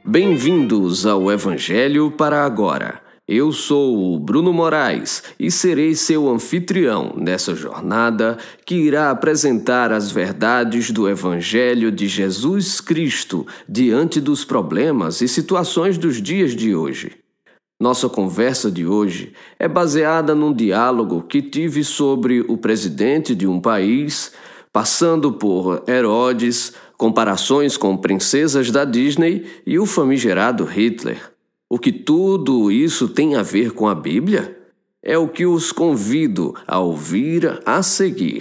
Bem-vindos ao Evangelho para Agora. Eu sou o Bruno Moraes e serei seu anfitrião nessa jornada que irá apresentar as verdades do Evangelho de Jesus Cristo diante dos problemas e situações dos dias de hoje. Nossa conversa de hoje é baseada num diálogo que tive sobre o presidente de um país, passando por Herodes, comparações com princesas da Disney e o famigerado Hitler. O que tudo isso tem a ver com a Bíblia? É o que os convido a ouvir a seguir.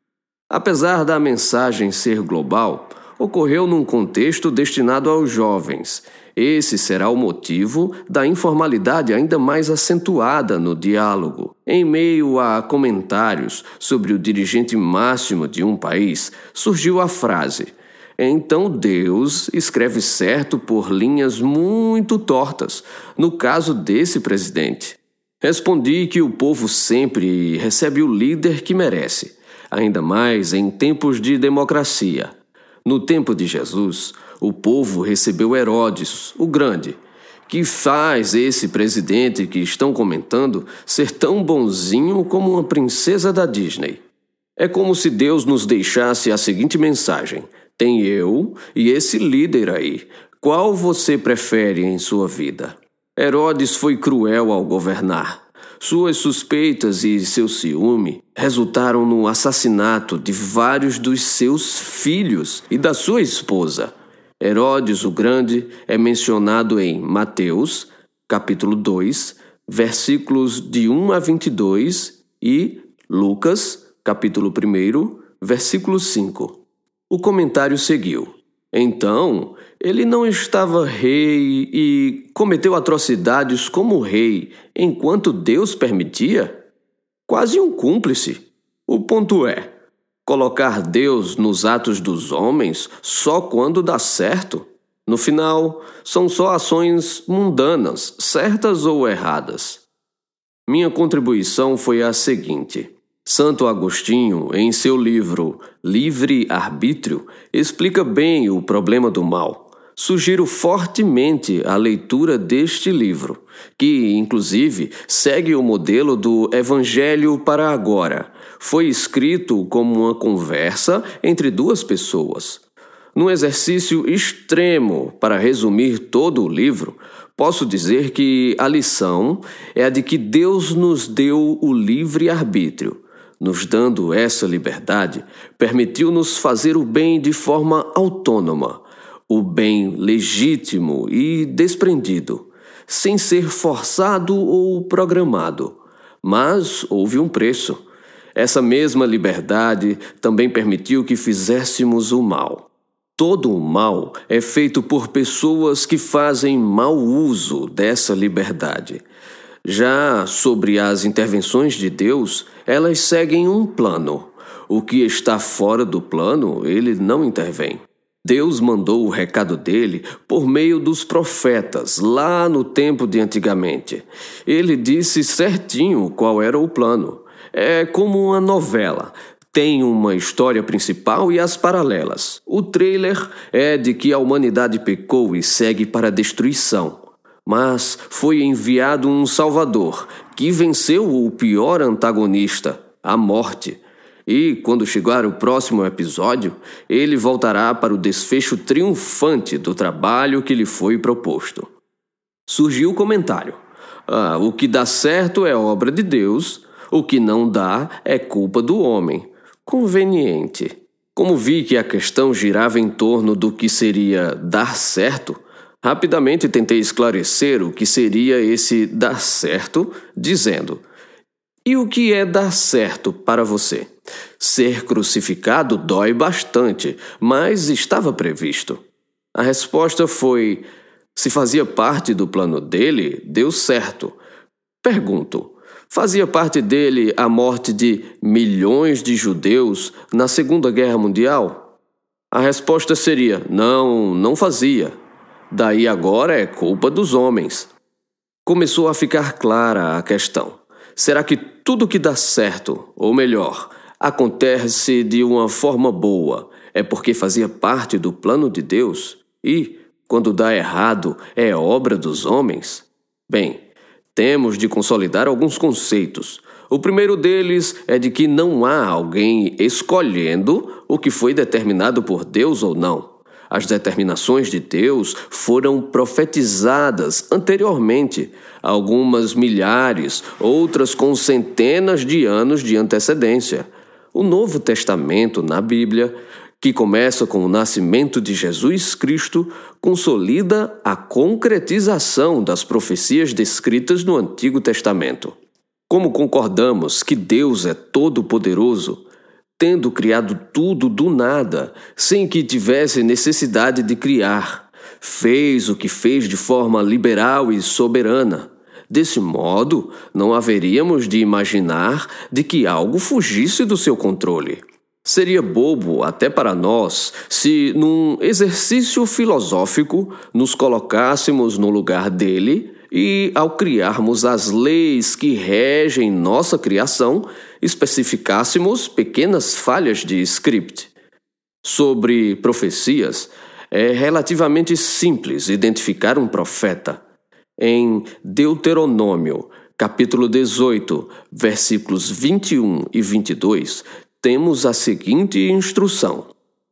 Apesar da mensagem ser global, ocorreu num contexto destinado aos jovens. Esse será o motivo da informalidade ainda mais acentuada no diálogo. Em meio a comentários sobre o dirigente máximo de um país, surgiu a frase: "Então Deus escreve certo por linhas muito tortas, no caso desse presidente." Respondi que o povo sempre recebe o líder que merece, ainda mais em tempos de democracia. No tempo de Jesus, o povo recebeu Herodes, o Grande, que faz esse presidente que estão comentando ser tão bonzinho como uma princesa da Disney. É como se Deus nos deixasse a seguinte mensagem: tem eu e esse líder aí. Qual você prefere em sua vida? Herodes foi cruel ao governar. Suas suspeitas e seu ciúme resultaram no assassinato de vários dos seus filhos e da sua esposa. Herodes o Grande é mencionado em Mateus, capítulo 2, versículos de 1 a 22 e Lucas, capítulo 1, versículo 5. O comentário seguiu: então, ele não estava rei e cometeu atrocidades como rei enquanto Deus permitia? Quase um cúmplice. O ponto é: colocar Deus nos atos dos homens só quando dá certo? No final, são só ações mundanas, certas ou erradas. Minha contribuição foi a seguinte: Santo Agostinho, em seu livro Livre-Arbítrio, explica bem o problema do mal. Sugiro fortemente a leitura deste livro, que, inclusive, segue o modelo do Evangelho para Agora. Foi escrito como uma conversa entre duas pessoas. Num exercício extremo para resumir todo o livro, posso dizer que a lição é a de que Deus nos deu o livre-arbítrio. Nos dando essa liberdade, permitiu-nos fazer o bem de forma autônoma, o bem legítimo e desprendido, sem ser forçado ou programado. Mas houve um preço. Essa mesma liberdade também permitiu que fizéssemos o mal. Todo o mal é feito por pessoas que fazem mau uso dessa liberdade. Já sobre as intervenções de Deus, elas seguem um plano. O que está fora do plano, ele não intervém. Deus mandou o recado dele por meio dos profetas, lá no tempo de antigamente. Ele disse certinho qual era o plano. É como uma novela. Tem uma história principal e as paralelas. O trailer é de que a humanidade pecou e segue para a destruição. Mas foi enviado um Salvador, que venceu o pior antagonista, a morte. E, quando chegar o próximo episódio, ele voltará para o desfecho triunfante do trabalho que lhe foi proposto. Surgiu o comentário: o que dá certo é obra de Deus, o que não dá é culpa do homem. Conveniente. Como vi que a questão girava em torno do que seria dar certo, rapidamente tentei esclarecer o que seria esse dar certo, dizendo: e o que é dar certo para você? Ser crucificado dói bastante, mas estava previsto. A resposta foi: se fazia parte do plano dele, deu certo. Pergunto: fazia parte dele a morte de milhões de judeus na Segunda Guerra Mundial? A resposta seria: não fazia. Daí agora é culpa dos homens. Começou a ficar clara a questão. Será que tudo que dá certo, ou melhor, acontece de uma forma boa, é porque fazia parte do plano de Deus? E, quando dá errado, é obra dos homens? Bem, temos de consolidar alguns conceitos. O primeiro deles é de que não há alguém escolhendo o que foi determinado por Deus ou não. As determinações de Deus foram profetizadas anteriormente, algumas milhares, outras com centenas de anos de antecedência. O Novo Testamento, na Bíblia, que começa com o nascimento de Jesus Cristo, consolida a concretização das profecias descritas no Antigo Testamento. Como concordamos que Deus é todo-poderoso, tendo criado tudo do nada, sem que tivesse necessidade de criar, fez o que fez de forma liberal e soberana. Desse modo, não haveríamos de imaginar de que algo fugisse do seu controle. Seria bobo até para nós se, num exercício filosófico, nos colocássemos no lugar dele e, ao criarmos as leis que regem nossa criação, especificássemos pequenas falhas de script. Sobre profecias, é relativamente simples identificar um profeta. Em Deuteronômio, capítulo 18, versículos 21 e 22, temos a seguinte instrução.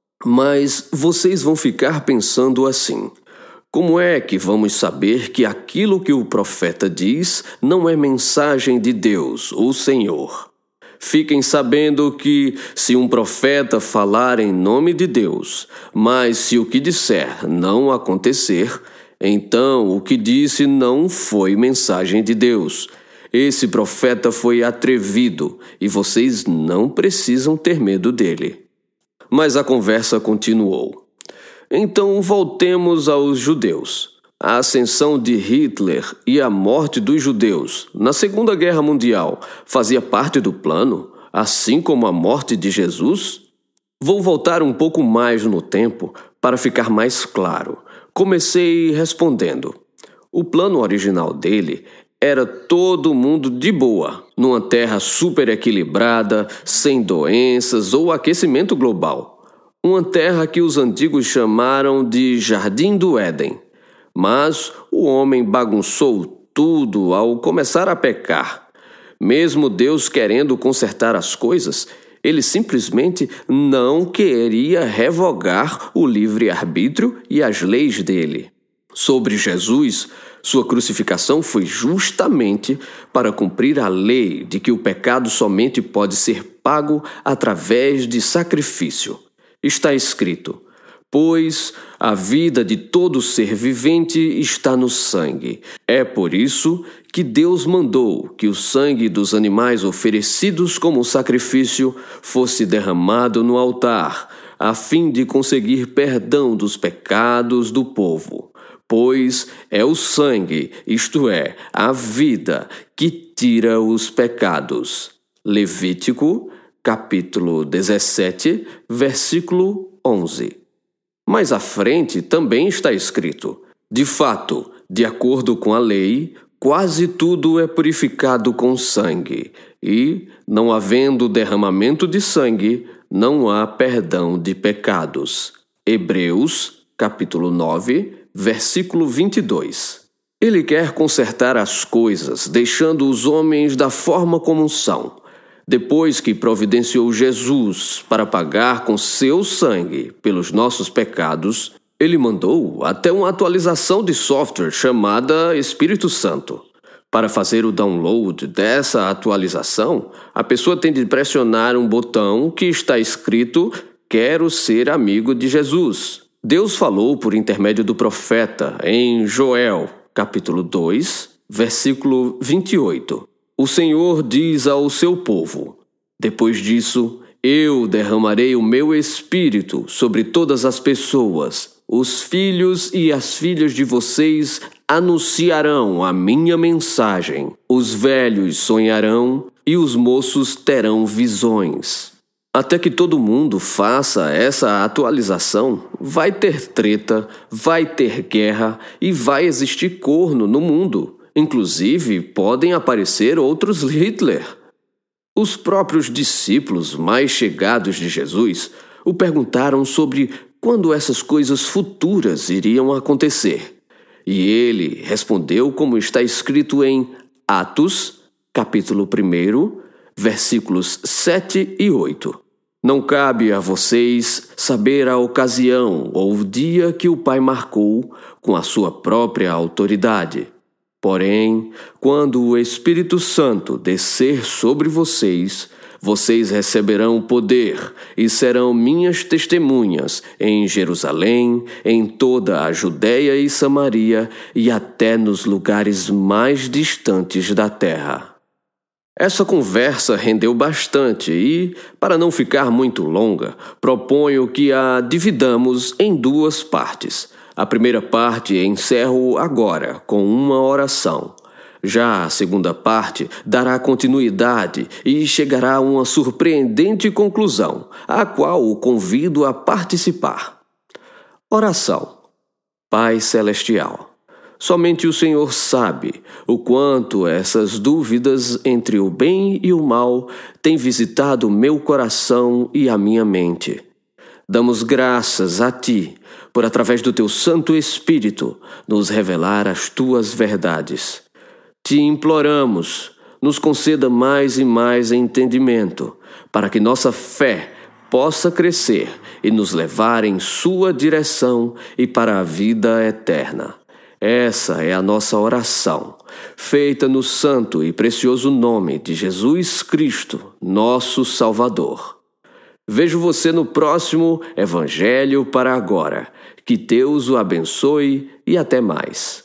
Mas vocês vão ficar pensando assim: como é que vamos saber que aquilo que o profeta diz não é mensagem de Deus, o Senhor? Fiquem sabendo que, se um profeta falar em nome de Deus, mas se o que disser não acontecer, então o que disse não foi mensagem de Deus. Esse profeta foi atrevido e vocês não precisam ter medo dele. Mas a conversa continuou. Então voltemos aos judeus. A ascensão de Hitler e a morte dos judeus na Segunda Guerra Mundial fazia parte do plano, assim como a morte de Jesus? Vou voltar um pouco mais no tempo para ficar mais claro. Comecei respondendo. O plano original dele era todo mundo de boa, numa terra super equilibrada, sem doenças ou aquecimento global. Uma terra que os antigos chamaram de Jardim do Éden. Mas o homem bagunçou tudo ao começar a pecar. Mesmo Deus querendo consertar as coisas, ele simplesmente não queria revogar o livre-arbítrio e as leis dele. Sobre Jesus, sua crucificação foi justamente para cumprir a lei de que o pecado somente pode ser pago através de sacrifício. Está escrito: pois a vida de todo ser vivente está no sangue. É por isso que Deus mandou que o sangue dos animais oferecidos como sacrifício fosse derramado no altar, a fim de conseguir perdão dos pecados do povo. Pois é o sangue, isto é, a vida, que tira os pecados. Levítico, capítulo 17, versículo 11. Mais à frente também está escrito: de fato, de acordo com a lei, quase tudo é purificado com sangue, e, não havendo derramamento de sangue, não há perdão de pecados. Hebreus, capítulo 9, versículo 22. Ele quer consertar as coisas, deixando os homens da forma como são. Depois que providenciou Jesus para pagar com seu sangue pelos nossos pecados, ele mandou até uma atualização de software chamada Espírito Santo. Para fazer o download dessa atualização, a pessoa tem de pressionar um botão que está escrito "Quero ser amigo de Jesus". Deus falou por intermédio do profeta em Joel, capítulo 2, versículo 28. O Senhor diz ao seu povo: depois disso, eu derramarei o meu espírito sobre todas as pessoas. Os filhos e as filhas de vocês anunciarão a minha mensagem. Os velhos sonharão e os moços terão visões. Até que todo mundo faça essa atualização, vai ter treta, vai ter guerra e vai existir corno no mundo. Inclusive, podem aparecer outros Hitler. Os próprios discípulos mais chegados de Jesus o perguntaram sobre quando essas coisas futuras iriam acontecer. E ele respondeu como está escrito em Atos, capítulo 1, versículos 7 e 8. Não cabe a vocês saber a ocasião ou o dia que o Pai marcou com a sua própria autoridade. Porém, quando o Espírito Santo descer sobre vocês, vocês receberão poder e serão minhas testemunhas em Jerusalém, em toda a Judéia e Samaria e até nos lugares mais distantes da terra. Essa conversa rendeu bastante e, para não ficar muito longa, proponho que a dividamos em duas partes. A primeira parte encerro agora com uma oração. Já a segunda parte dará continuidade e chegará a uma surpreendente conclusão, a qual o convido a participar. Oração. Pai Celestial, somente o Senhor sabe o quanto essas dúvidas entre o bem e o mal têm visitado meu coração e a minha mente. Damos graças a Ti por, através do Teu Santo Espírito, nos revelar as Tuas verdades. Te imploramos, nos conceda mais e mais entendimento, para que nossa fé possa crescer e nos levar em Sua direção e para a vida eterna. Essa é a nossa oração, feita no santo e precioso nome de Jesus Cristo, nosso Salvador. Vejo você no próximo Evangelho para Agora. Que Deus o abençoe e até mais.